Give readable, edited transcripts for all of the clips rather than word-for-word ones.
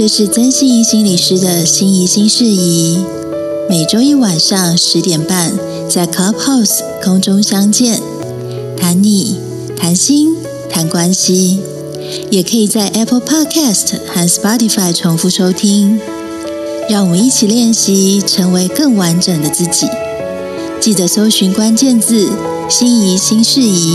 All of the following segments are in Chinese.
这是曾心怡心理师的心怡心事宜，每周一晚上10点半在 Clubhouse 空中相见，谈你谈心谈关系，也可以在 Apple Podcast 和 Spotify 重复收听。让我们一起练习成为更完整的自己，记得搜寻关键字心怡心事宜。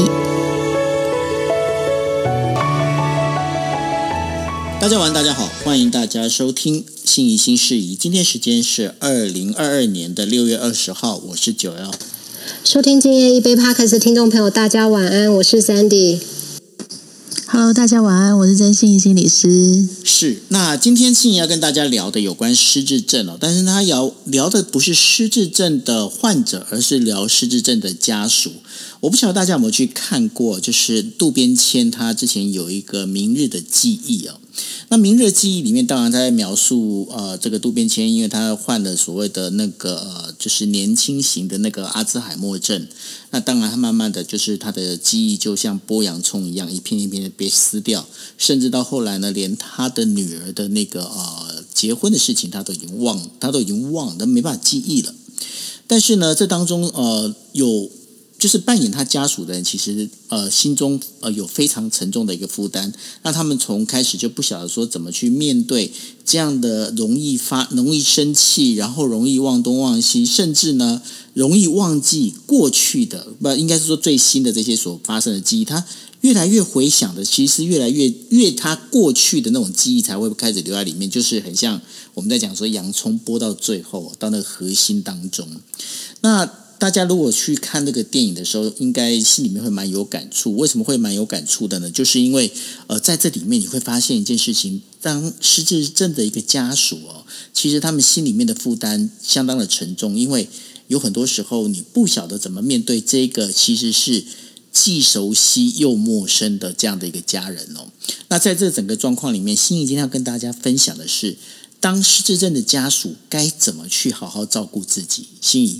大家晚，大家好，欢迎大家收听心怡心事宜。今天时间是2022年的6月20号，我是9L。 收听今夜一杯 Podcast 的听众朋友，大家晚安，我是 Sandy。Hello， 大家晚安，我是曾心怡心理师。 是，那今天心怡要跟大家聊的有关失智症哦，但是他聊的不是失智症的患者，而是聊失智症的家属。我不晓得大家有没有去看过，就是渡边谦他之前有一个明日的记忆哦。那明日的记忆里面，当然他在描述这个渡边谦，因为他患了所谓的那个就是年轻型的那个阿兹海默症。那当然他慢慢的就是他的记忆就像剥洋葱一样，一片一片的被撕掉，甚至到后来呢，连他的女儿的那个结婚的事情他都已经忘了，他没办法记忆了。但是呢，这当中有就是扮演他家属的人，其实心中有非常沉重的一个负担，让他们从开始就不晓得说怎么去面对这样的容易生气，然后容易忘东忘西，甚至呢容易忘记过去的，不应该是说最新的这些所发生的记忆，他越来越回想的，其实越来越他过去的那种记忆才会开始留在里面，就是很像我们在讲说洋葱剥到最后到那个核心当中。那大家如果去看这个电影的时候，应该心里面会蛮有感触。为什么会蛮有感触的呢？就是因为在这里面你会发现一件事情，当失智症的一个家属其实他们心里面的负担相当的沉重，因为有很多时候你不晓得怎么面对这个其实是既熟悉又陌生的这样的一个家人哦。那在这整个状况里面，心怡今天要跟大家分享的是，当失智症的家属该怎么去好好照顾自己。心怡。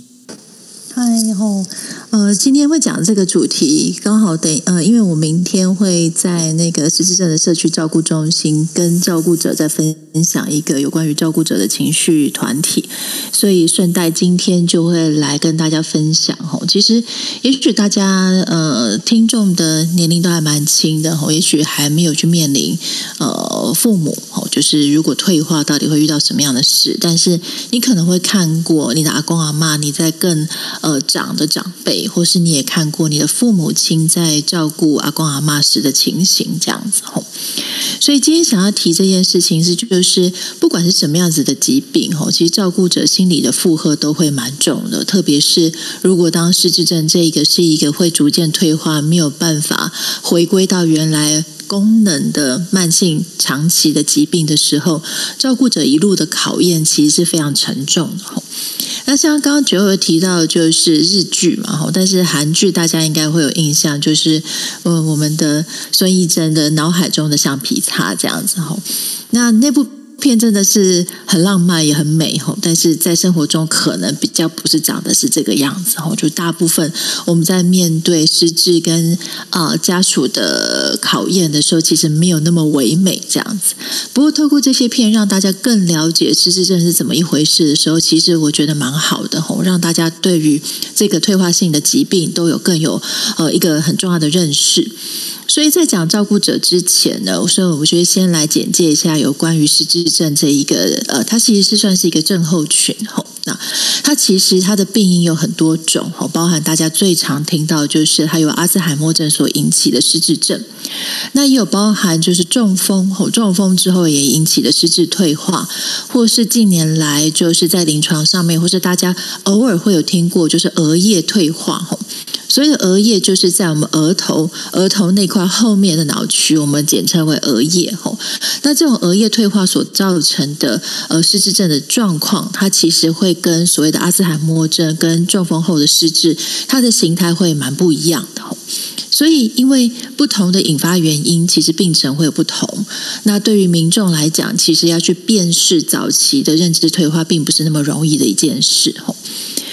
今天会讲这个主题，刚好因为我明天会在那个失智症的社区照顾中心跟照顾者在分享一个有关于照顾者的情绪团体，所以顺带今天就会来跟大家分享。其实也许大家听众的年龄都还蛮轻的，也许还没有去面临父母就是如果退化到底会遇到什么样的事，但是你可能会看过你的阿公阿嬷，你在更长的长辈，或是你也看过你的父母亲在照顾阿公阿嬷时的情形，这样子。所以今天想要提这件事情就是不管是什么样子的疾病，其实照顾者心理的负荷都会蛮重的，特别是如果当失智症这个是一个会逐渐退化，没有办法回归到原来功能的慢性长期的疾病的时候，照顾者一路的考验其实是非常沉重的。那像刚刚九有提到就是日剧嘛，但是韩剧大家应该会有印象，就是我们的孙艺珍的脑海中的橡皮擦这样子。那部片真的是很浪漫也很美，但是在生活中可能比较不是长的是这个样子。就大部分我们在面对失智跟家属的考验的时候，其实没有那么唯美这样子。不过透过这些片让大家更了解失智症是怎么一回事的时候，其实我觉得蛮好的，让大家对于这个退化性的疾病都有更有一个很重要的认识。所以在讲照顾者之前呢，所以我觉得先来简介一下有关于失智症这一个它其实是算是一个症候群。那它其实它的病因有很多种，包含大家最常听到就是它有阿兹海默症所引起的失智症，那也有包含就是中风之后也引起的失智退化，或是近年来就是在临床上面，或是大家偶尔会有听过就是额叶退化。所以额叶就是在我们额头那块后面的脑区，我们简称为额叶。那这种额叶退化所造成的失智症的状况，它其实会跟所谓的阿兹海默症跟中风后的失智，它的形态会蛮不一样的。所以因为不同的引发原因，其实病程会有不同。那对于民众来讲，其实要去辨识早期的认知退化并不是那么容易的一件事。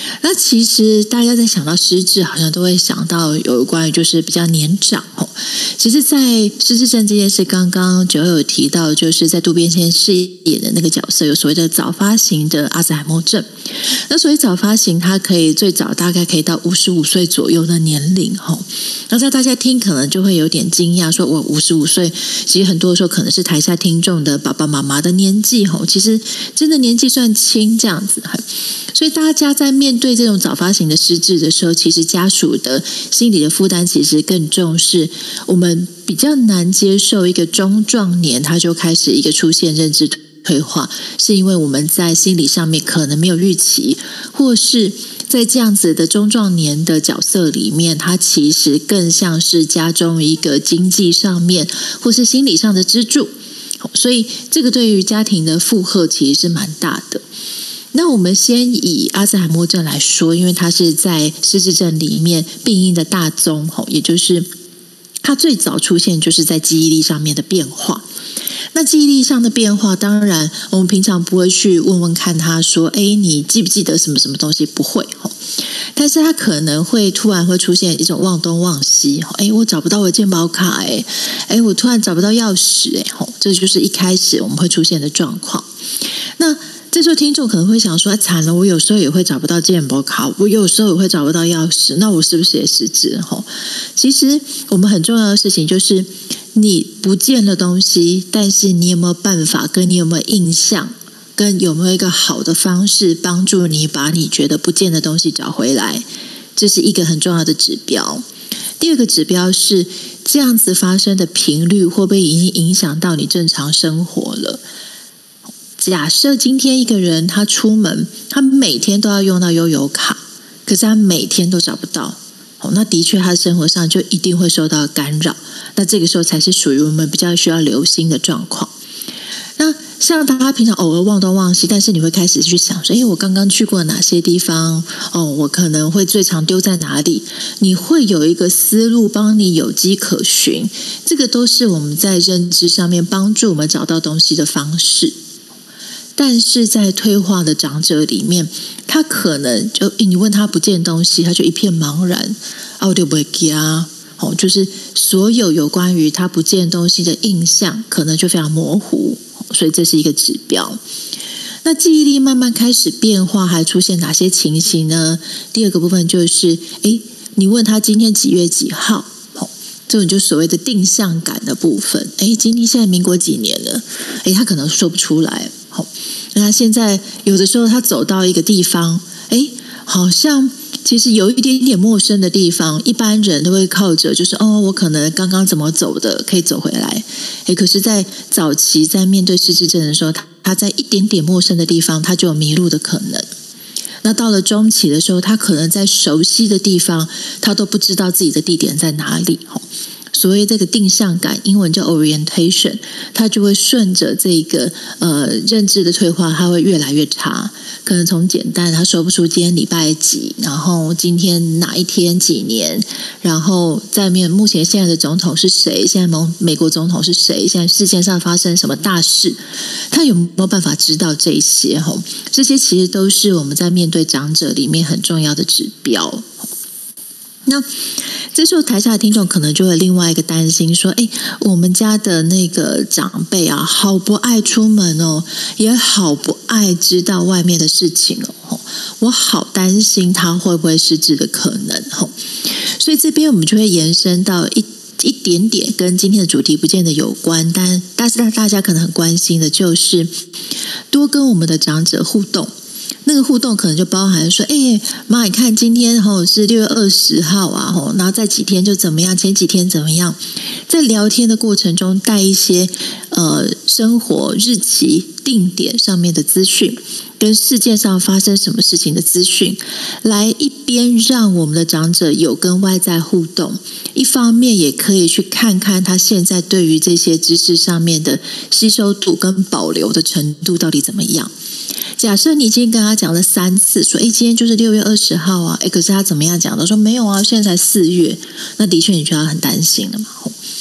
那其实大家在想到失智，好像都会想到有关于就是比较年长。其实在失智症这件事，刚刚就有提到，就是在渡边谦饰演的那个角色有所谓的早发型的阿兹海默症。那所谓早发型，它可以最早大概可以到55岁左右的年龄。那在大家听可能就会有点惊讶，说我55岁，其实很多时候可能是台下听众的爸爸妈妈的年纪，其实真的年纪算轻这样子。所以大家在面对这种早发型的失智的时候，其实家属的心理的负担其实更重，是我们比较难接受一个中壮年他就开始一个出现认知退化，是因为我们在心理上面可能没有预期，或是在这样子的中壮年的角色里面，他其实更像是家中一个经济上面或是心理上的支柱，所以这个对于家庭的负荷其实是蛮大的。那我们先以阿兹海默症来说，因为它是在失智症里面病因的大宗，也就是它最早出现就是在记忆力上面的变化。那记忆力上的变化，当然我们平常不会去问问看他说，你记不记得什么什么东西？不会。但是他可能会突然会出现一种忘东忘西，我找不到我的健保卡，我突然找不到钥匙，这就是一开始我们会出现的状况。那这时候听众可能会想说，惨了，我有时候也会找不到健保卡，我有时候也会找不到钥匙，那我是不是也失智？其实我们很重要的事情就是你不见了东西，但是你有没有办法，跟你有没有印象，跟有没有一个好的方式帮助你把你觉得不见的东西找回来，这是一个很重要的指标。第二个指标是这样子发生的频率会不会已经影响到你正常生活了。假设今天一个人他出门，他每天都要用到悠游卡，可是他每天都找不到，那的确他的生活上就一定会受到干扰，那这个时候才是属于我们比较需要留心的状况。那像大家平常偶尔忘东忘西，但是你会开始去想说，我刚刚去过哪些地方，我可能会最常丢在哪里，你会有一个思路帮你有迹可循，这个都是我们在认知上面帮助我们找到东西的方式。但是在退化的长者里面，他可能就你问他不见东西，他就一片茫然，我就不会记啊，就是所有关于他不见东西的印象可能就非常模糊，所以这是一个指标。那记忆力慢慢开始变化，还出现哪些情形呢？第二个部分就是，你问他今天几月几号，这种就所谓的定向感的部分。今天现在民国几年了？他可能说不出来。那现在有的时候他走到一个地方，好像其实有一点点陌生的地方，一般人都会靠着就是我可能刚刚怎么走的可以走回来。可是在早期在面对失智症的时候，他在一点点陌生的地方他就有迷路的可能。那到了中期的时候，他可能在熟悉的地方他都不知道自己的地点在哪里。所谓这个定向感，英文叫 orientation， 它就会顺着这个认知的退化，它会越来越差。可能从简单，他说不出今天礼拜几，然后今天哪一天几年，然后在目前现在的总统是谁，现在美国总统是谁，现在世界上发生什么大事，他有没有办法知道这些？这些其实都是我们在面对长者里面很重要的指标。那这时候台下的听众可能就会另外一个担心说，我们家的那个长辈啊，好不爱出门哦，也好不爱知道外面的事情哦，我好担心他会不会失智的可能哦。所以这边我们就会延伸到一点点跟今天的主题不见得有关，但是大家可能很关心的就是多跟我们的长者互动。那个互动可能就包含说，妈，你看今天是6月20号啊，然后再几天就怎么样，前几天怎么样，在聊天的过程中带一些生活日期定点上面的资讯，跟世界上发生什么事情的资讯，来一边让我们的长者有跟外在互动，一方面也可以去看看他现在对于这些知识上面的吸收度跟保留的程度到底怎么样。假设你今天跟他讲了3次，说今天就是6月20号啊，可是他怎么样讲的？说没有啊，现在才4月，那的确你就要很担心了嘛。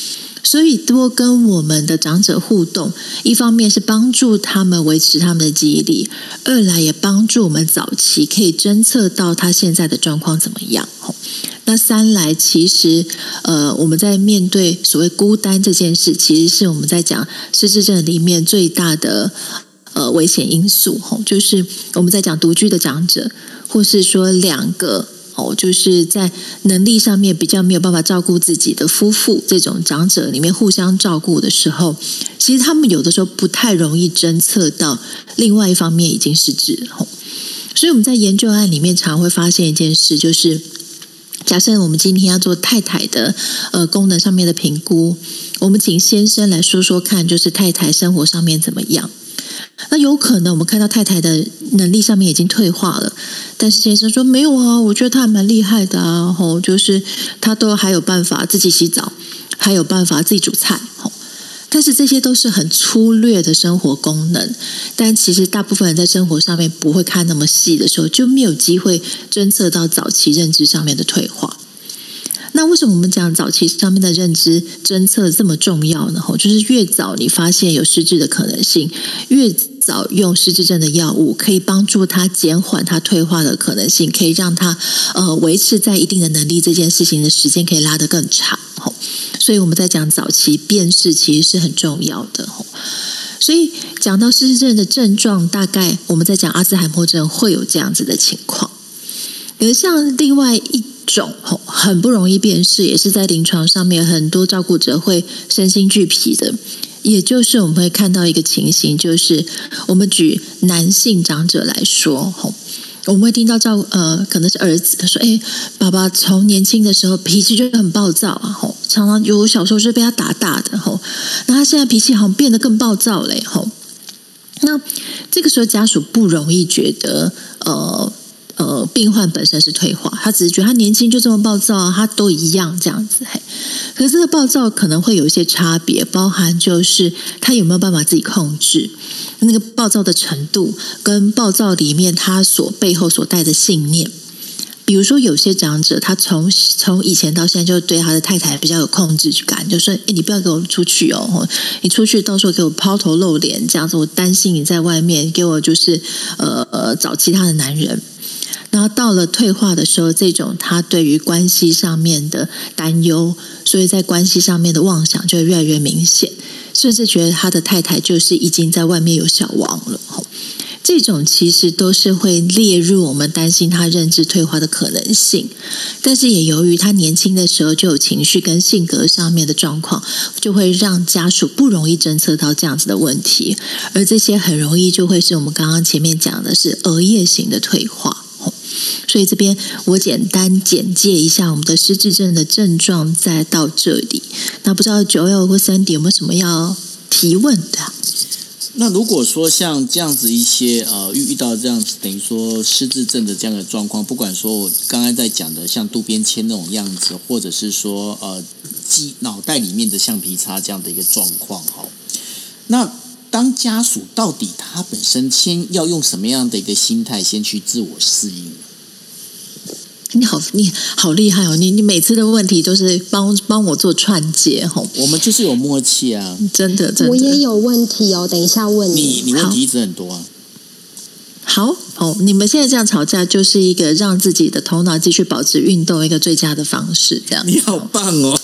所以多跟我们的长者互动，一方面是帮助他们维持他们的记忆力，二来也帮助我们早期可以侦测到他现在的状况怎么样。那三来，其实我们在面对所谓孤单这件事，其实是我们在讲失智症里面最大的危险因素。就是我们在讲独居的长者，或是说两个就是在能力上面比较没有办法照顾自己的夫妇，这种长者里面互相照顾的时候，其实他们有的时候不太容易侦测到另外一方面已经失智了。所以我们在研究案里面常会发现一件事，就是假设我们今天要做太太的功能上面的评估，我们请先生来说说看，就是太太生活上面怎么样。那有可能我们看到太太的能力上面已经退化了，但是先生说没有啊，我觉得他还蛮厉害的啊，就是他都还有办法自己洗澡，还有办法自己煮菜。但是这些都是很粗略的生活功能，但其实大部分人在生活上面不会看那么细的时候，就没有机会侦测到早期认知上面的退化。那为什么我们讲早期上面的认知侦测这么重要呢？就是越早你发现有失智的可能性，越早用失智症的药物可以帮助他减缓他退化的可能性，可以让他维持在一定的能力这件事情的时间可以拉得更长。所以我们在讲早期辨识其实是很重要的。所以讲到失智症的症状，大概我们在讲阿兹海默症会有这样子的情况。而像另外一种很不容易辨识，也是在临床上面很多照顾者会身心俱疲的，也就是我们会看到一个情形，就是我们举男性长者来说，我们会听到可能是儿子他说，爸爸从年轻的时候脾气就很暴躁啊，常常有小时候是被他打大的，那他现在脾气好像变得更暴躁嘞。那这个时候家属不容易觉得病患本身是退化，他只是觉得他年轻就这么暴躁啊，他都一样这样子。可是这个暴躁可能会有一些差别，包含就是他有没有办法自己控制那个暴躁的程度，跟暴躁里面他背后所带的信念。比如说有些长者他从以前到现在就对他的太太比较有控制感，就说你不要给我出去哦，你出去到时候给我抛头露脸这样子，我担心你在外面给我就是找其他的男人。然后到了退化的时候，这种他对于关系上面的担忧，所以在关系上面的妄想就会越来越明显，甚至觉得他的太太就是已经在外面有小王了。这种其实都是会列入我们担心他认知退化的可能性，但是也由于他年轻的时候就有情绪跟性格上面的状况，就会让家属不容易侦测到这样子的问题，而这些很容易就会是我们刚刚前面讲的是额叶型的退化。所以这边我简单简介一下我们的失智症的症状，再到这里。那不知道9L或Sandy有没有什么要提问的？ 那如果说像这样子一些遇到这样子等于说失智症的这样的状况，不管说我刚才在讲的像渡边谦那种样子，或者是说脑袋里面的橡皮擦这样的一个状况，那当家属到底他本身先要用什么样的一个心态先去自我适应？ 你好厉害哦！你每次的问题都是帮我做串接吼。 我们就是有默契啊， 真的。 我也有问题哦，等一下问你。你问题一直很多啊。 好你们现在这样吵架，就是一个让自己的头脑继续保持运动一个最佳的方式。这样， 你好棒哦！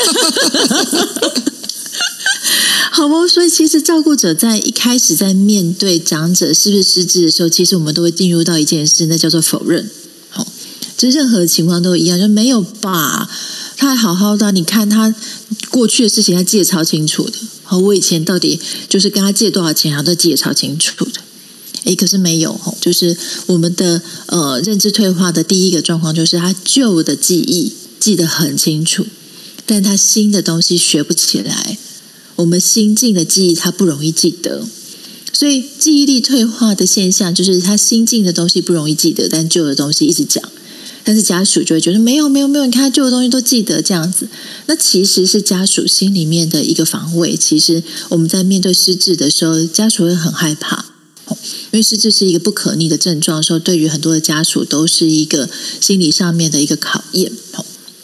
好哦，所以其实照顾者在一开始在面对长者是不是失智的时候，其实我们都会进入到一件事，那叫做否认。就任何情况都一样，就没有吧？他还好好的，你看他过去的事情，他记得超清楚的。我以前到底就是跟他借多少钱，他都记得超清楚的。可是没有，就是我们的认知退化的第一个状况，就是他旧的记忆记得很清楚，但他新的东西学不起来。我们新进的记忆他不容易记得。所以记忆力退化的现象，就是他新进的东西不容易记得，但旧的东西一直讲。但是家属就会觉得没有，你看他旧的东西都记得这样子，那其实是家属心里面的一个防卫。其实我们在面对失智的时候，家属会很害怕，因为失智是一个不可逆的症状的时候，对于很多的家属都是一个心理上面的一个考验。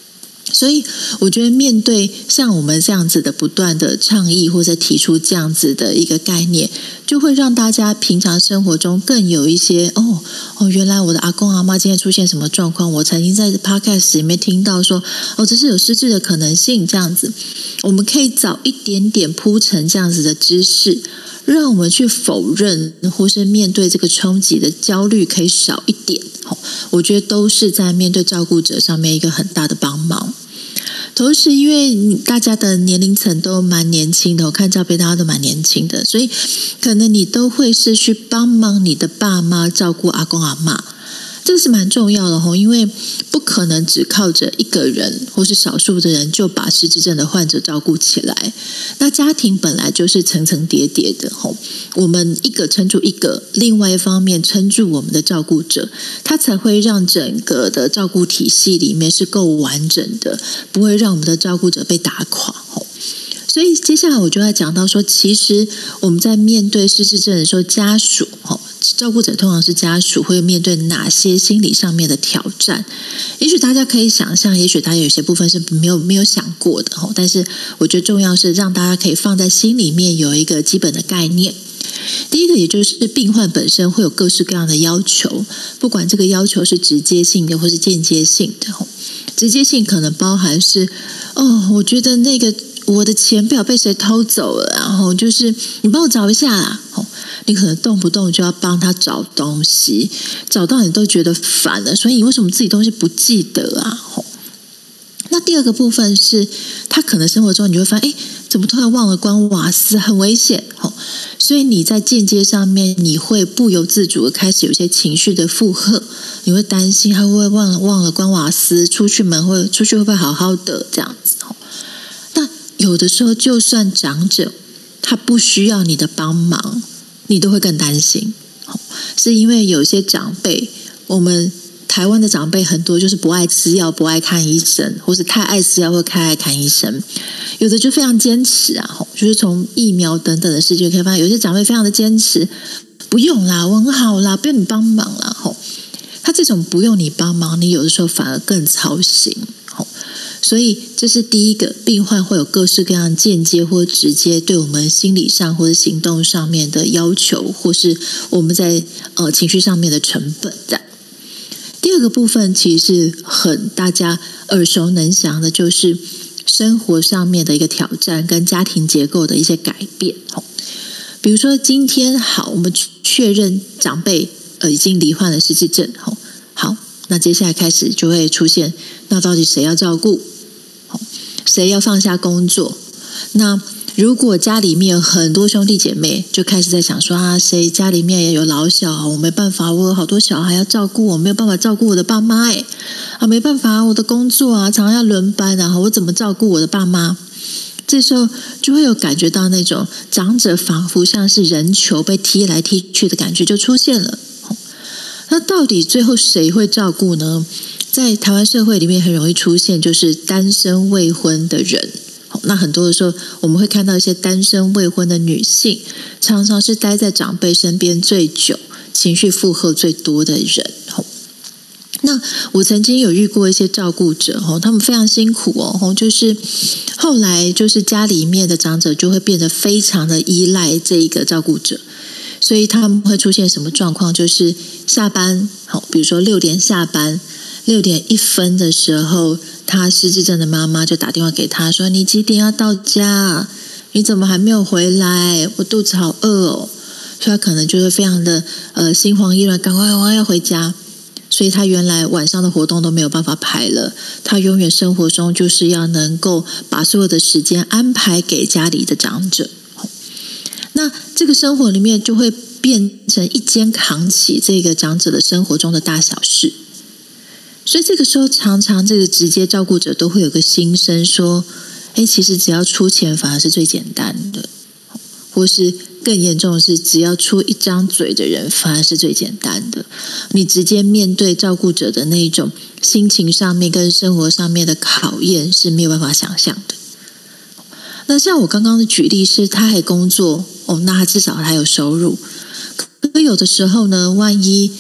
所以我觉得面对像我们这样子的不断的倡议或者提出这样子的一个概念，就会让大家平常生活中更有一些原来我的阿公阿嬷今天出现什么状况，我曾经在 podcast 里面听到说这是有失智的可能性，这样子我们可以早一点点铺陈这样子的知识，让我们去否认或是面对这个冲击的焦虑可以少一点，我觉得都是在面对照顾者上面一个很大的帮忙。同时因为大家的年龄层都蛮年轻的，我看照片大家都蛮年轻的，所以可能你都会是去帮忙你的爸妈照顾阿公阿嬷，这个是蛮重要的，因为不可能只靠着一个人或是少数的人就把失智症的患者照顾起来。那家庭本来就是层层叠叠的，我们一个撑住一个，另外一方面撑住我们的照顾者，他才会让整个的照顾体系里面是够完整的，不会让我们的照顾者被打垮。所以接下来我就要讲到说，其实我们在面对失智症的时候，家属照顾者通常是家属会面对哪些心理上面的挑战？也许大家可以想象，也许大家有些部分是没有想过的，但是我觉得重要是让大家可以放在心里面有一个基本的概念。第一个，也就是病患本身会有各式各样的要求，不管这个要求是直接性的或是间接性的。直接性可能包含是我觉得那个我的钱不知道被谁偷走了，然后就是你帮我找一下啦。你可能动不动就要帮他找东西，找到你都觉得烦了，所以你为什么自己东西不记得啊？那第二个部分是他可能生活中你就会发现怎么突然忘了关瓦斯，很危险。所以你在间接上面你会不由自主的开始有些情绪的负荷，你会担心他会不会忘了关瓦斯，出去会不会好好的这样子。那有的时候就算长者他不需要你的帮忙，你都会更担心，是因为有些长辈，我们台湾的长辈很多就是不爱吃药，不爱看医生，或是太爱吃药或太爱看医生。有的就非常坚持就是从疫苗等等的事情可以发现，有些长辈非常的坚持，不用啦，我很好啦，不用你帮忙啦。他这种不用你帮忙，你有的时候反而更操心。所以这是第一个，病患会有各式各样间接或直接对我们心理上或者行动上面的要求，或是我们在情绪上面的成本的。第二个部分其实是很大家耳熟能详的，就是生活上面的一个挑战跟家庭结构的一些改变。比如说今天我们确认长辈已经罹患了失智症，好，那接下来开始就会出现，那到底谁要照顾？谁要放下工作？那如果家里面有很多兄弟姐妹，就开始在想说谁家里面也有老小，我没办法，我有好多小孩要照顾，我没有办法照顾我的爸妈没办法，我的工作常常要轮班，然后我怎么照顾我的爸妈？这时候就会有感觉到那种长者仿佛像是人球被踢来踢去的感觉就出现了。那到底最后谁会照顾呢？在台湾社会里面很容易出现就是单身未婚的人，那很多的时候我们会看到一些单身未婚的女性，常常是待在长辈身边最久，情绪负荷最多的人。那我曾经有遇过一些照顾者，他们非常辛苦就是后来就是家里面的长者就会变得非常的依赖这一个照顾者，所以他们会出现什么状况？就是下班比如说6点下班，6点1分的时候，他失智症的妈妈就打电话给他说：“你几点要到家？你怎么还没有回来？我肚子好饿哦。”所以他可能就会非常的心慌意乱，赶快我要回家。所以他原来晚上的活动都没有办法排了，他永远生活中就是要能够把所有的时间安排给家里的长者。那这个生活里面就会变成一肩扛起这个长者的生活中的大小事。所以这个时候常常这个直接照顾者都会有个心声说，其实只要出钱反而是最简单的，或是更严重的是只要出一张嘴的人反而是最简单的。你直接面对照顾者的那一种心情上面跟生活上面的考验是没有办法想象的。那像我刚刚的举例是他还工作那他至少还有收入，可有的时候呢，万一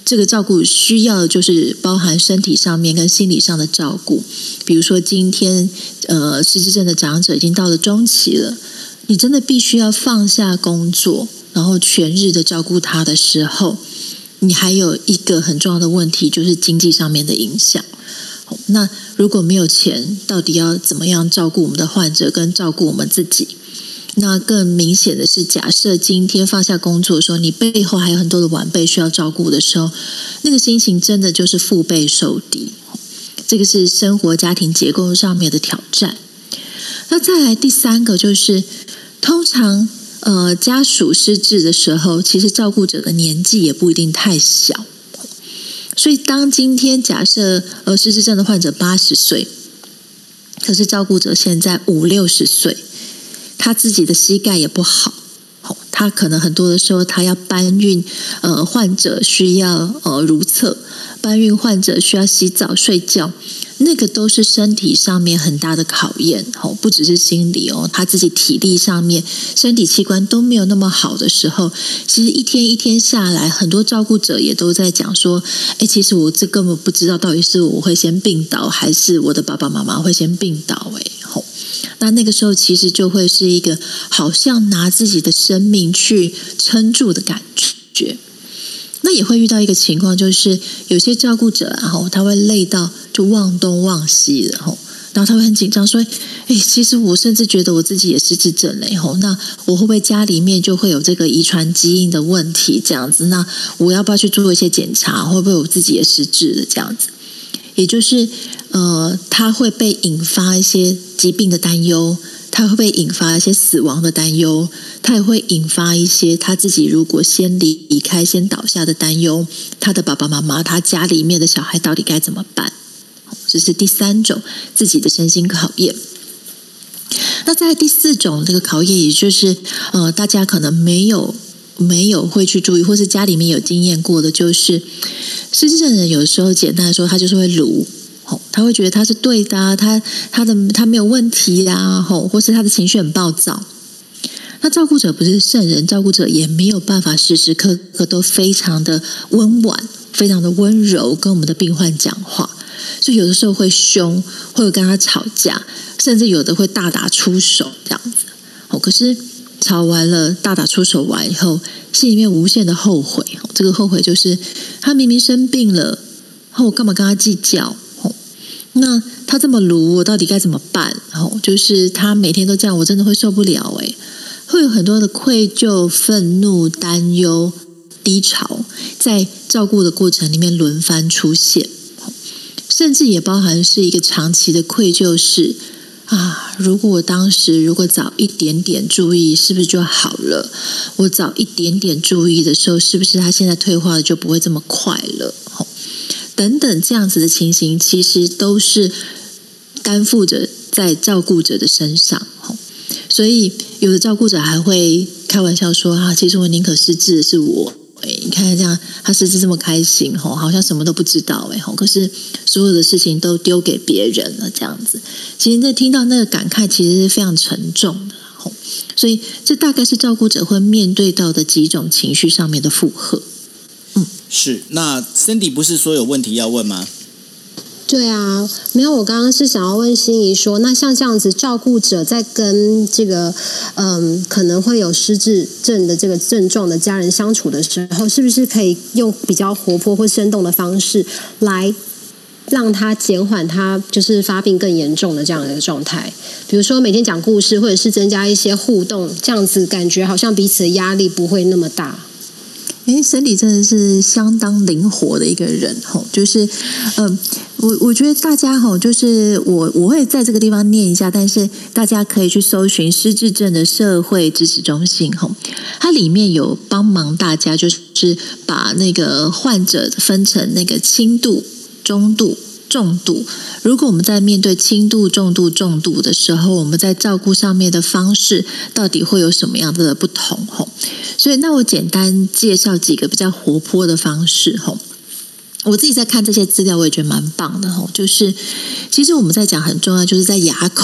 这个照顾需要的就是包含身体上面跟心理上的照顾。比如说今天失智症的长者已经到了中期了，你真的必须要放下工作，然后全日的照顾他的时候，你还有一个很重要的问题，就是经济上面的影响。那如果没有钱，到底要怎么样照顾我们的患者跟照顾我们自己？那更明显的是，假设今天放下工作的时候，你背后还有很多的晚辈需要照顾的时候，那个心情真的就是腹背受敌。这个是生活家庭结构上面的挑战。那再来第三个就是，通常家属失智的时候，其实照顾者的年纪也不一定太小。所以当今天假设失智症的患者80岁，可是照顾者现在50-60岁，他自己的膝盖也不好，他可能很多的时候他要搬运患者需要如厕，搬运患者需要洗澡睡觉，那个都是身体上面很大的考验，不只是心理他自己体力上面身体器官都没有那么好的时候，其实一天一天下来，很多照顾者也都在讲说，其实我这根本不知道到底是我会先病倒还是我的爸爸妈妈会先病倒。那个时候其实就会是一个好像拿自己的生命去撑住的感觉。那也会遇到一个情况，就是有些照顾者他会累到就忘东忘西了，然后他会很紧张说，其实我甚至觉得我自己也失智症了，那我会不会家里面就会有这个遗传基因的问题这样子，那我要不要去做一些检查，会不会我自己也失智了这样子。也就是他会被引发一些疾病的担忧，他会被引发一些死亡的担忧，他也会引发一些他自己如果先离开先倒下的担忧，他的爸爸妈妈他家里面的小孩到底该怎么办。这是第三种自己的身心考验。那在第四种这个考验，也就是大家可能没有会去注意，或是家里面有经验过的，就是失智症人有时候简单的说，他就是会鲁，他会觉得他是对的他没有问题啦，或是他的情绪很暴躁。那照顾者不是圣人，照顾者也没有办法时时刻刻都非常的温婉，非常的温柔跟我们的病患讲话，所以有的时候会凶，会有跟他吵架，甚至有的会大打出手这样子。可是吵完了，大打出手完以后，心里面无限的后悔。这个后悔就是他明明生病了，我干嘛跟他计较？那他这么鲁，我到底该怎么办？就是他每天都这样，我真的会受不了。会有很多的愧疚、愤怒、担忧、低潮，在照顾的过程里面轮番出现，甚至也包含是一个长期的愧疚是。如果我当时早一点点注意，是不是就好了？我早一点点注意的时候，是不是他现在退化的就不会这么快了？等等这样子的情形，其实都是担负着在照顾者的身上。所以有的照顾者还会开玩笑说其实我宁可失智的是我。你看这样，他失智这么开心，好像什么都不知道，可是所有的事情都丢给别人了，这样子。其实在听到那个感慨，其实是非常沉重的。所以这大概是照顾者会面对到的几种情绪上面的负荷。 是。那 Cindy 不是说有问题要问吗？ 对啊，没有，我刚刚是想要问心怡说，那像这样子照顾者在跟这个可能会有失智症的这个症状的家人相处的时候，是不是可以用比较活泼或生动的方式来让他减缓他就是发病更严重的这样的一个状态？比如说每天讲故事，或者是增加一些互动，这样子感觉好像彼此的压力不会那么大。 森里真的是相当灵活的一个人，就是我觉得大家就是我会在这个地方念一下，但是大家可以去搜寻失智症的社会支持中心，它里面有帮忙大家就是把那个患者分成那个轻度、中度、重度。如果我们在面对轻度、重度、重度的时候，我们在照顾上面的方式到底会有什么样的不同？所以那我简单介绍几个比较活泼的方式。我自己在看这些资料，我也觉得蛮棒的。就是其实我们在讲很重要，就是在牙口。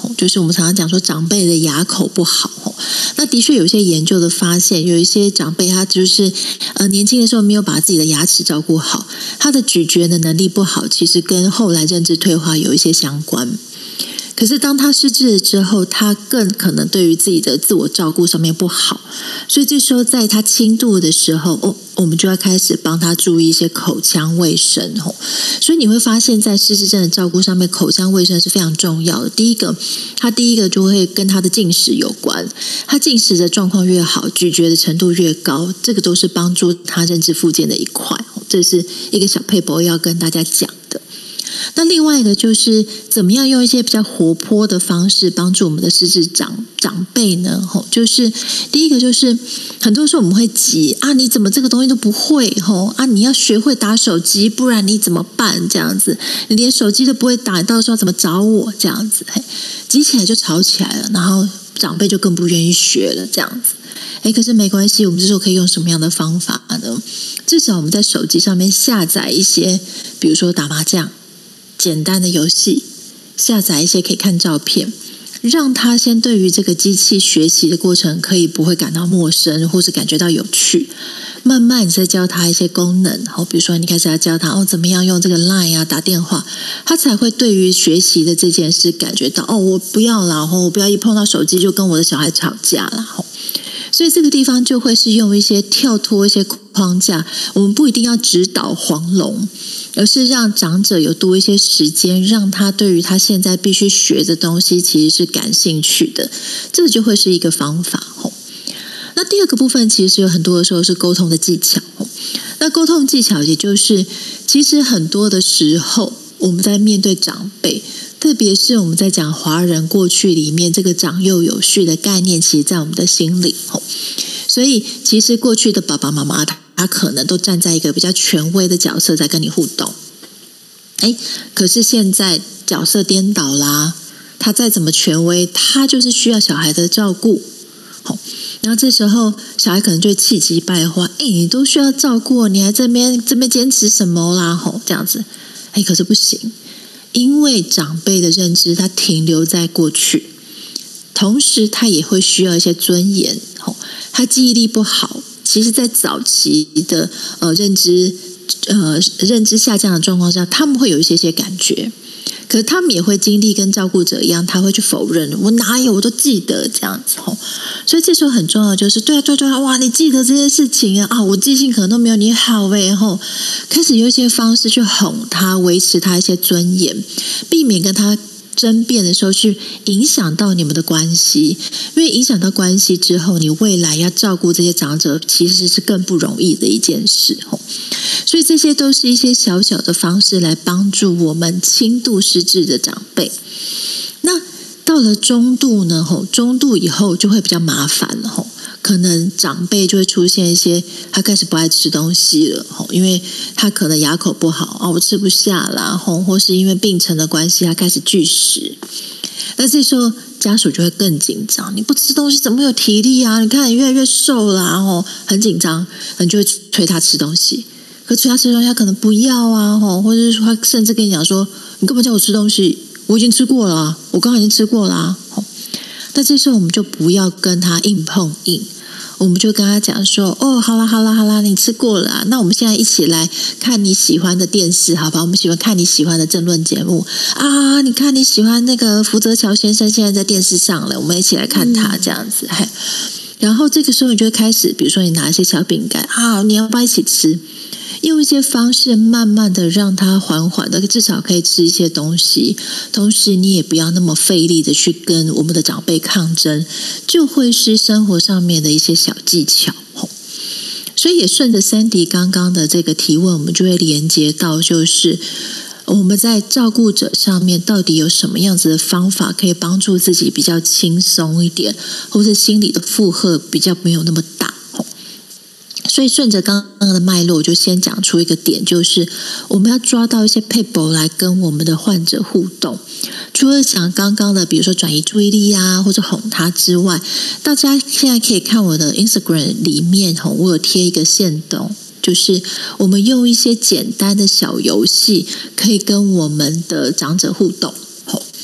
就是我们常常讲说长辈的牙口不好，那的确有一些研究的发现，有一些长辈他就是年轻的时候没有把自己的牙齿照顾好，他的咀嚼的能力不好，其实跟后来认知退化有一些相关。可是当他失智了之后，他更可能对于自己的自我照顾上面不好，所以这时候在他轻度的时候，我们就要开始帮他注意一些口腔卫生。所以你会发现在失智症的照顾上面，口腔卫生是非常重要的。第一个就会跟他的进食有关，他进食的状况越好，咀嚼的程度越高，这个都是帮助他认知复健的一块。这是一个小撇步要跟大家讲的。那另外一个就是怎么样用一些比较活泼的方式帮助我们的失智长辈呢？就是第一个就是很多时候我们会急啊，你怎么这个东西都不会啊？你要学会打手机，不然你怎么办？这样子，你连手机都不会打，你到时候怎么找我？这样子，急起来就吵起来了，然后长辈就更不愿意学了，这样子。可是没关系，我们这时候可以用什么样的方法呢？至少我们在手机上面下载一些，比如说打麻将。简单的游戏，下载一些可以看照片，让他先对于这个机器学习的过程可以不会感到陌生，或是感觉到有趣。慢慢你再教他一些功能，比如说你开始要教他怎么样用这个 LINE 啊打电话，他才会对于学习的这件事感觉到我不要啦，我不要一碰到手机就跟我的小孩吵架啦。所以这个地方就会是用一些跳脱一些框架，我们不一定要直捣黄龙，而是让长者有多一些时间，让他对于他现在必须学的东西其实是感兴趣的，这个就会是一个方法。那第二个部分其实有很多的时候是沟通的技巧。那沟通技巧也就是其实很多的时候我们在面对长辈，特别是我们在讲华人过去里面这个长幼有序的概念，其实在我们的心里。所以其实过去的爸爸妈妈他可能都站在一个比较权威的角色在跟你互动，可是现在角色颠倒啦，他再怎么权威，他就是需要小孩的照顾。然后这时候小孩可能就会气急败坏，你都需要照顾，你还这边坚持什么啦？这样子，可是不行，因为长辈的认知他停留在过去，同时他也会需要一些尊严。他记忆力不好，其实在早期的认知下降的状况下，他们会有一些感觉，可是他们也会经历跟照顾者一样，他会去否认，我哪有，我都记得这样子。所以这时候很重要就是对啊，哇，你记得这些事情啊，我记性可能都没有你好开始有一些方式去哄他，维持他一些尊严，避免跟他争辩的时候去影响到你们的关系，因为影响到关系之后，你未来要照顾这些长者其实是更不容易的一件事。所以这些都是一些小小的方式来帮助我们轻度失智的长辈。那到了中度呢，中度以后就会比较麻烦了，可能长辈就会出现一些他开始不爱吃东西了，因为他可能牙口不好我吃不下啦，或是因为病程的关系他开始拒食。那这时候家属就会更紧张，你不吃东西怎么会有体力啊？你看你越来越瘦啦，很紧张，你就会催他吃东西。可催他吃东西他可能不要啊，或者是说他甚至跟你讲说，你干嘛叫我吃东西？我已经吃过了，我刚刚已经吃过了。那这时候我们就不要跟他硬碰硬，我们就跟他讲说，好啦，你吃过了那我们现在一起来看你喜欢的电视，好吧？我们喜欢看你喜欢的政论节目啊，你看你喜欢那个福泽桥先生现在在电视上了，我们一起来看他这样子。然后这个时候你就会开始，比如说你拿一些小饼干你要不要一起吃？用一些方式慢慢的让他缓缓的至少可以吃一些东西，同时你也不要那么费力的去跟我们的长辈抗争，就会是生活上面的一些小技巧。所以也顺着 Sandy 刚刚的这个提问，我们就会连接到就是我们在照顾者上面到底有什么样子的方法可以帮助自己比较轻松一点，或是心理的负荷比较没有那么大。所以顺着刚刚的脉络，我就先讲出一个点，就是我们要抓到一些撇步来跟我们的患者互动。除了讲刚刚的比如说转移注意力啊，或者哄他之外，大家现在可以看我的 Instagram 里面我有贴一个限动，就是我们用一些简单的小游戏可以跟我们的长者互动。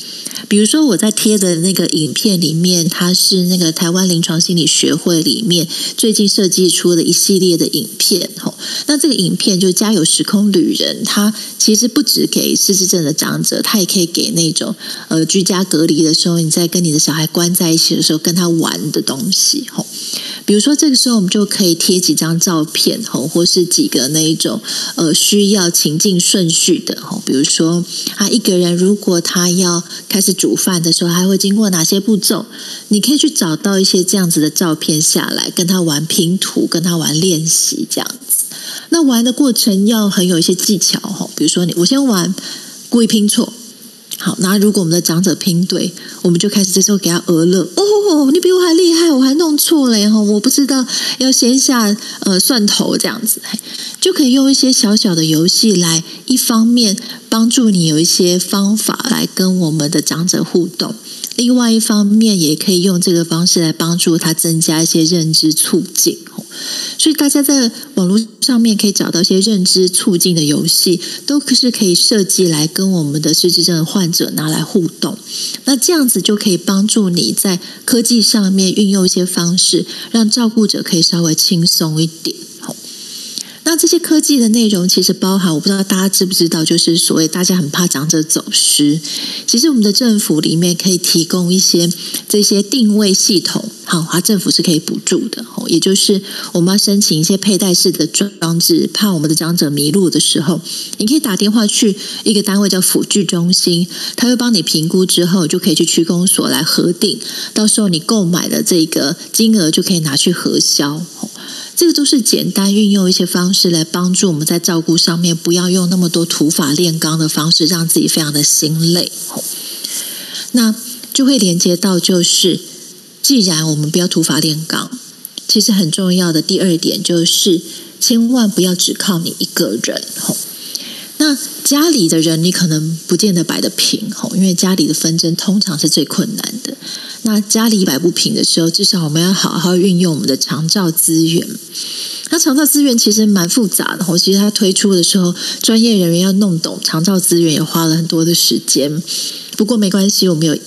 比如说我在贴的那个影片里面，它是那个台湾临床心理学会里面最近设计出的一系列的影片。那这个影片就家有时空旅人，它其实不只给失智症的长者，它也可以给那种居家隔离的时候，你在跟你的小孩关在一起的时候跟他玩的东西。比如说这个时候我们就可以贴几张照片，或是几个那一种需要情境顺序的，比如说他一个人如果他要开始煮饭的时候，还会经过哪些步骤，你可以去找到一些这样子的照片下来，跟他玩拼图，跟他玩练习这样子。那玩的过程要很有一些技巧，比如说我先玩故意拼错。好，那如果我们的长者拼对，我们就开始这时候给他俄乐。哦，你比我还厉害，我还弄错了，我不知道要先下蒜头这样子，就可以用一些小小的游戏来，一方面帮助你有一些方法来跟我们的长者互动，另外一方面也可以用这个方式来帮助他增加一些认知促进。所以大家在网络上面可以找到一些认知促进的游戏，都是可以设计来跟我们的失智症患者拿来互动。那这样子就可以帮助你在科技上面运用一些方式，让照顾者可以稍微轻松一点。那这些科技的内容其实包含，我不知道大家知不知道，就是所谓大家很怕长者走失，其实我们的政府里面可以提供一些这些定位系统，它政府是可以补助的，也就是我们要申请一些佩戴式的装置，怕我们的长者迷路的时候，你可以打电话去一个单位叫辅具中心，他会帮你评估之后，就可以去区公所来核定，到时候你购买的这个金额就可以拿去核销。这个都是简单运用一些方式来帮助我们在照顾上面不要用那么多土法炼钢的方式，让自己非常的心累。那就会连接到就是既然我们不要土法炼钢，其实很重要的第二点就是千万不要只靠你一个人。那家里的人你可能不见得摆得平，因为家里的纷争通常是最困难的。那家里摆不平的时候，至少我们要好好运用我们的长照资源。那长照资源其实蛮复杂的，其实它推出的时候，专业人员要弄懂长照资源也花了很多的时间。不过没关系，我们有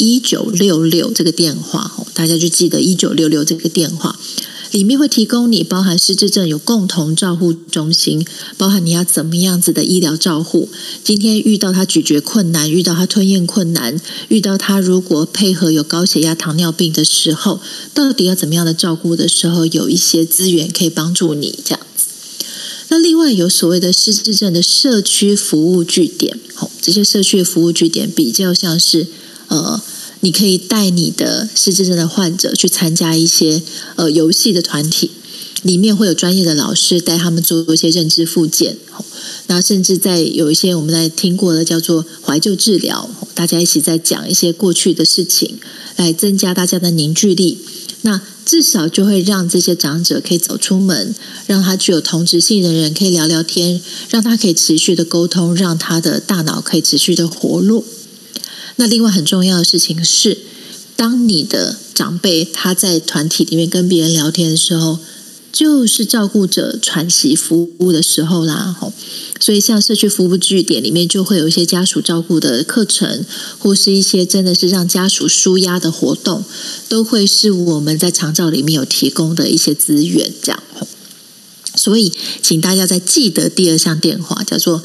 1966这个电话，大家就记得1966这个电话。里面会提供你包含失智症有共同照护中心，包含你要怎么样子的医疗照护，今天遇到他咀嚼困难，遇到他吞咽困难，遇到他如果配合有高血压糖尿病的时候，到底要怎么样的照顾的时候，有一些资源可以帮助你这样子。那另外有所谓的失智症的社区服务据点，这些社区的服务据点比较像是你可以带你的失智症的患者去参加一些游戏的团体，里面会有专业的老师带他们做一些认知复健，那甚至在有一些我们在听过的叫做怀旧治疗，大家一起在讲一些过去的事情，来增加大家的凝聚力。那至少就会让这些长者可以走出门，让他具有同质性的人可以聊聊天，让他可以持续的沟通，让他的大脑可以持续的活络。那另外很重要的事情是，当你的长辈他在团体里面跟别人聊天的时候，就是照顾者喘息服务的时候啦。所以像社区服务据点里面就会有一些家属照顾的课程，或是一些真的是让家属抒压的活动，都会是我们在长照里面有提供的一些资源这样。所以请大家再记得第二项电话叫做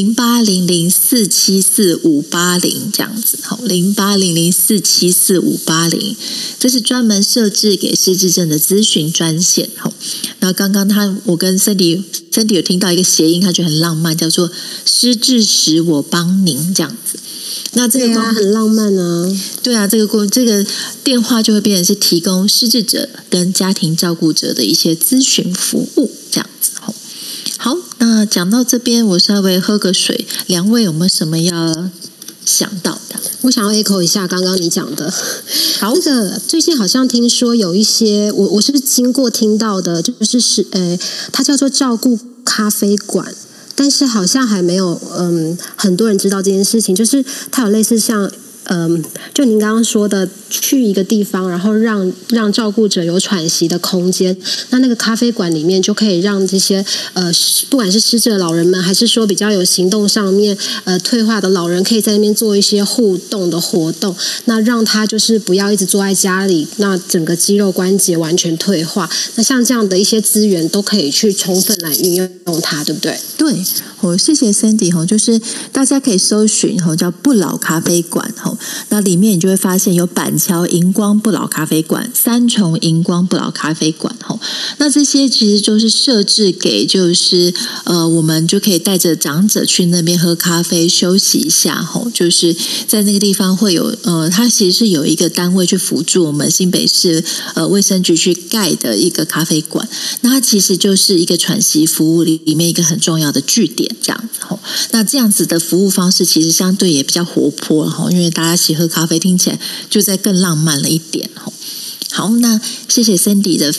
0800474580这样子，0800474580，这是专门设置给失智症的咨询专线。那刚刚我跟 Cindy 有听到一个谐音，他觉得很浪漫，叫做失智时我帮您这样子。那这个很浪漫啊。 对啊，这个电话就会变成是提供失智者跟家庭照顾者的一些咨询服务这样子。好，那讲到这边我稍微喝个水，两位有没有什么要想到的？ 我想要 echo 一下刚刚你讲的。 好， 那个最近好像听说有一些我是经过听到的，就是它叫做照顾咖啡馆，但是好像还没有很多人知道这件事情，就是它有类似像就您刚刚说的，去一个地方，然后让照顾者有喘息的空间。那个咖啡馆里面就可以让这些不管是失智的老人们，还是说比较有行动上面退化的老人，可以在那边做一些互动的活动。那让他就是不要一直坐在家里，那整个肌肉关节完全退化。那像这样的一些资源都可以去充分来运用它，对不对？ 对，谢谢 Sandy 就是大家可以搜寻叫不老咖啡馆那里面你就会发现有板桥荧光不老咖啡馆、三重荧光不老咖啡馆那这些其实就是设置给就是我们就可以带着长者去那边喝咖啡休息一下就是在那个地方会有它其实是有一个单位去辅助我们新北市卫生局去盖的一个咖啡馆，那它其实就是一个喘息服务里面一个很重要的据点这样子那这样子的服务方式其实相对也比较活泼因为大家一起喝咖啡听起来就再更浪漫了一点好，那谢谢 Sandy 的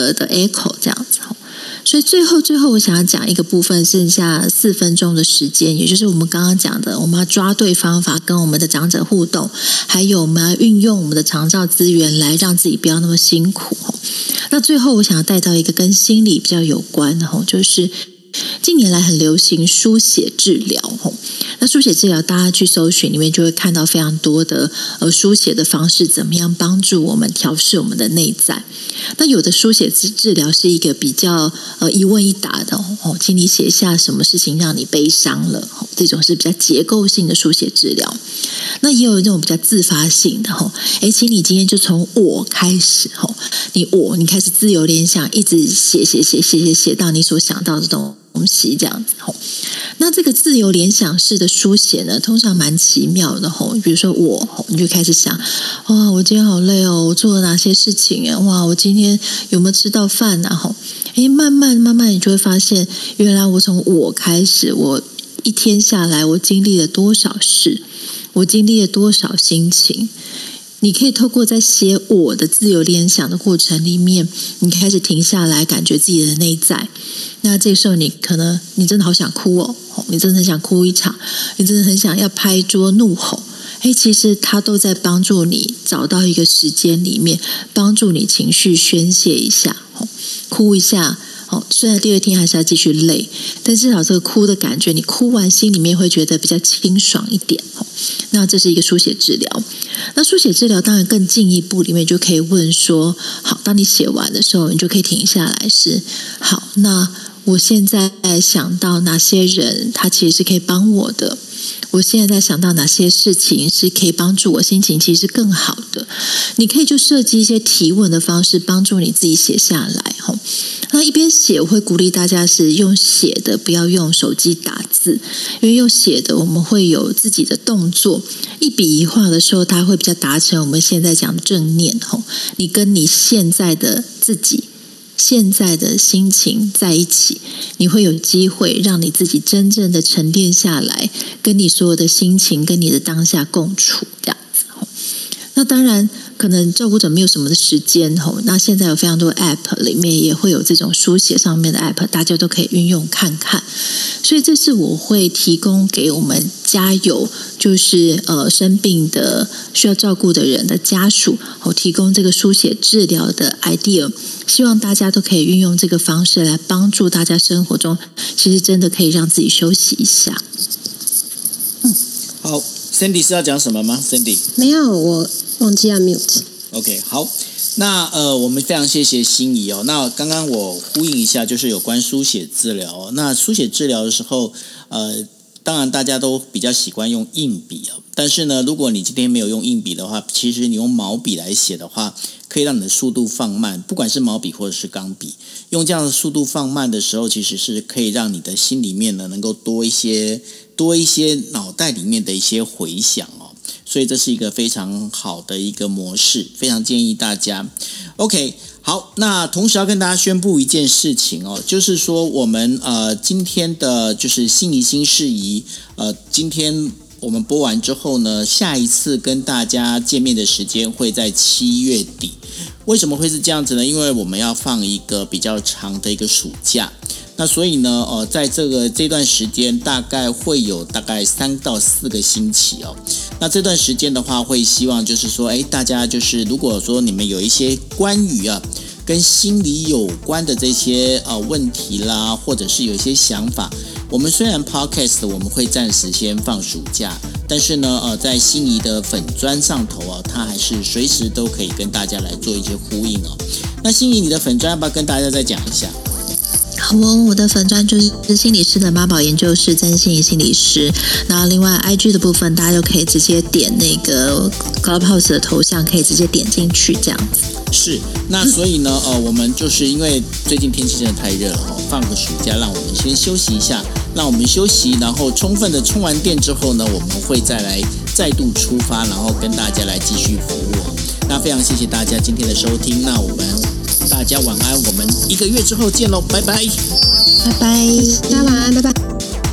echo 这样子所以最后我想要讲一个部分，剩下4分钟的时间，也就是我们刚刚讲的，我们要抓对方法跟我们的长者互动，还有我们要运用我们的长照资源来让自己不要那么辛苦那最后我想要带到一个跟心理比较有关的就是近年来很流行书写治疗那书写治疗大家去搜寻里面就会看到非常多的书写的方式怎么样帮助我们调试我们的内在。那有的书写治疗是一个比较一问一答的请你写下什么事情让你悲伤了这种是比较结构性的书写治疗。那也有这种比较自发性的请你今天就从我开始你开始自由联想，一直写到你所想到的东西这样子那这个自由联想式的书写呢，通常蛮奇妙的比如说你就开始想，哇，我今天好累我做了哪些事情哇，我今天有没有吃到饭慢慢你就会发现，原来我从我开始，我一天下来我经历了多少事，我经历了多少心情。你可以透过在写我的自由联想的过程里面，你开始停下来感觉自己的内在。那这个时候你真的好想哭你真的很想哭一场，你真的很想要拍桌怒吼其实它都在帮助你找到一个时间里面，帮助你情绪宣泄一下哭一下虽然第二天还是要继续累，但至少这个哭的感觉，你哭完心里面会觉得比较清爽一点那这是一个书写治疗。那书写治疗当然更进一步，里面就可以问说，好，当你写完的时候，你就可以停下来好，那我现在想到哪些人他其实是可以帮我的，我现在想到哪些事情是可以帮助我心情其实是更好的。你可以就设计一些提问的方式帮助你自己写下来那一边写我会鼓励大家是用写的，不要用手机打字，因为用写的我们会有自己的动作，一笔一画的时候它会比较达成我们现在讲正念你跟你现在的自己现在的心情在一起，你会有机会让你自己真正的沉淀下来，跟你所有的心情跟你的当下共处这样子那当然可能照顾者没有什么的时间那现在有非常多的 App 里面也会有这种书写上面的 App， 大家都可以运用看看。所以这是我会提供给我们家有就是生病的需要照顾的人的家属提供这个书写治疗的 idea， 希望大家都可以运用这个方式来帮助大家生活中其实真的可以让自己休息一下。 好，Sandy 是要讲什么吗 ？Sandy 没有，我忘记按 mute。OK， 好，那我们非常谢谢心怡那刚刚我呼应一下，就是有关书写治疗那书写治疗的时候，当然大家都比较习惯用硬笔但是呢，如果你今天没有用硬笔的话，其实你用毛笔来写的话，可以让你的速度放慢，不管是毛笔或者是钢笔，用这样的速度放慢的时候，其实是可以让你的心里面呢能够多一些脑袋里面的一些回响所以这是一个非常好的一个模式，非常建议大家。OK， 好，那同时要跟大家宣布一件事情就是说我们今天的就是心怡新事宜今天我们播完之后呢，下一次跟大家见面的时间会在7月底。为什么会是这样子呢？因为我们要放一个比较长的一个暑假，那所以呢在这段时间大概会有大概3到4个星期那这段时间的话，会希望就是说，大家就是如果说你们有一些关于跟心理有关的这些问题啦，或者是有一些想法，我们虽然 podcast 我们会暂时先放暑假，但是呢在心仪的粉专上头它还是随时都可以跟大家来做一些呼应哦。那心仪你的粉专要不要跟大家再讲一下？ 好哦，我的粉专就是心理师的妈宝研究室曾心怡心理师，然后另外 IG 的部分大家就可以直接点那个 Clubhouse 的头像，可以直接点进去这样子。 是，那所以呢我们就是因为最近天气真的太热了放个暑假让我们先休息一下，让我们休息，然后充分的充完电之后呢，我们会再度出发，然后跟大家来继续服务那非常谢谢大家今天的收听，那我们大家晚安，我们1个月之后见喽，拜拜， 拜拜， 大家晚安，拜拜。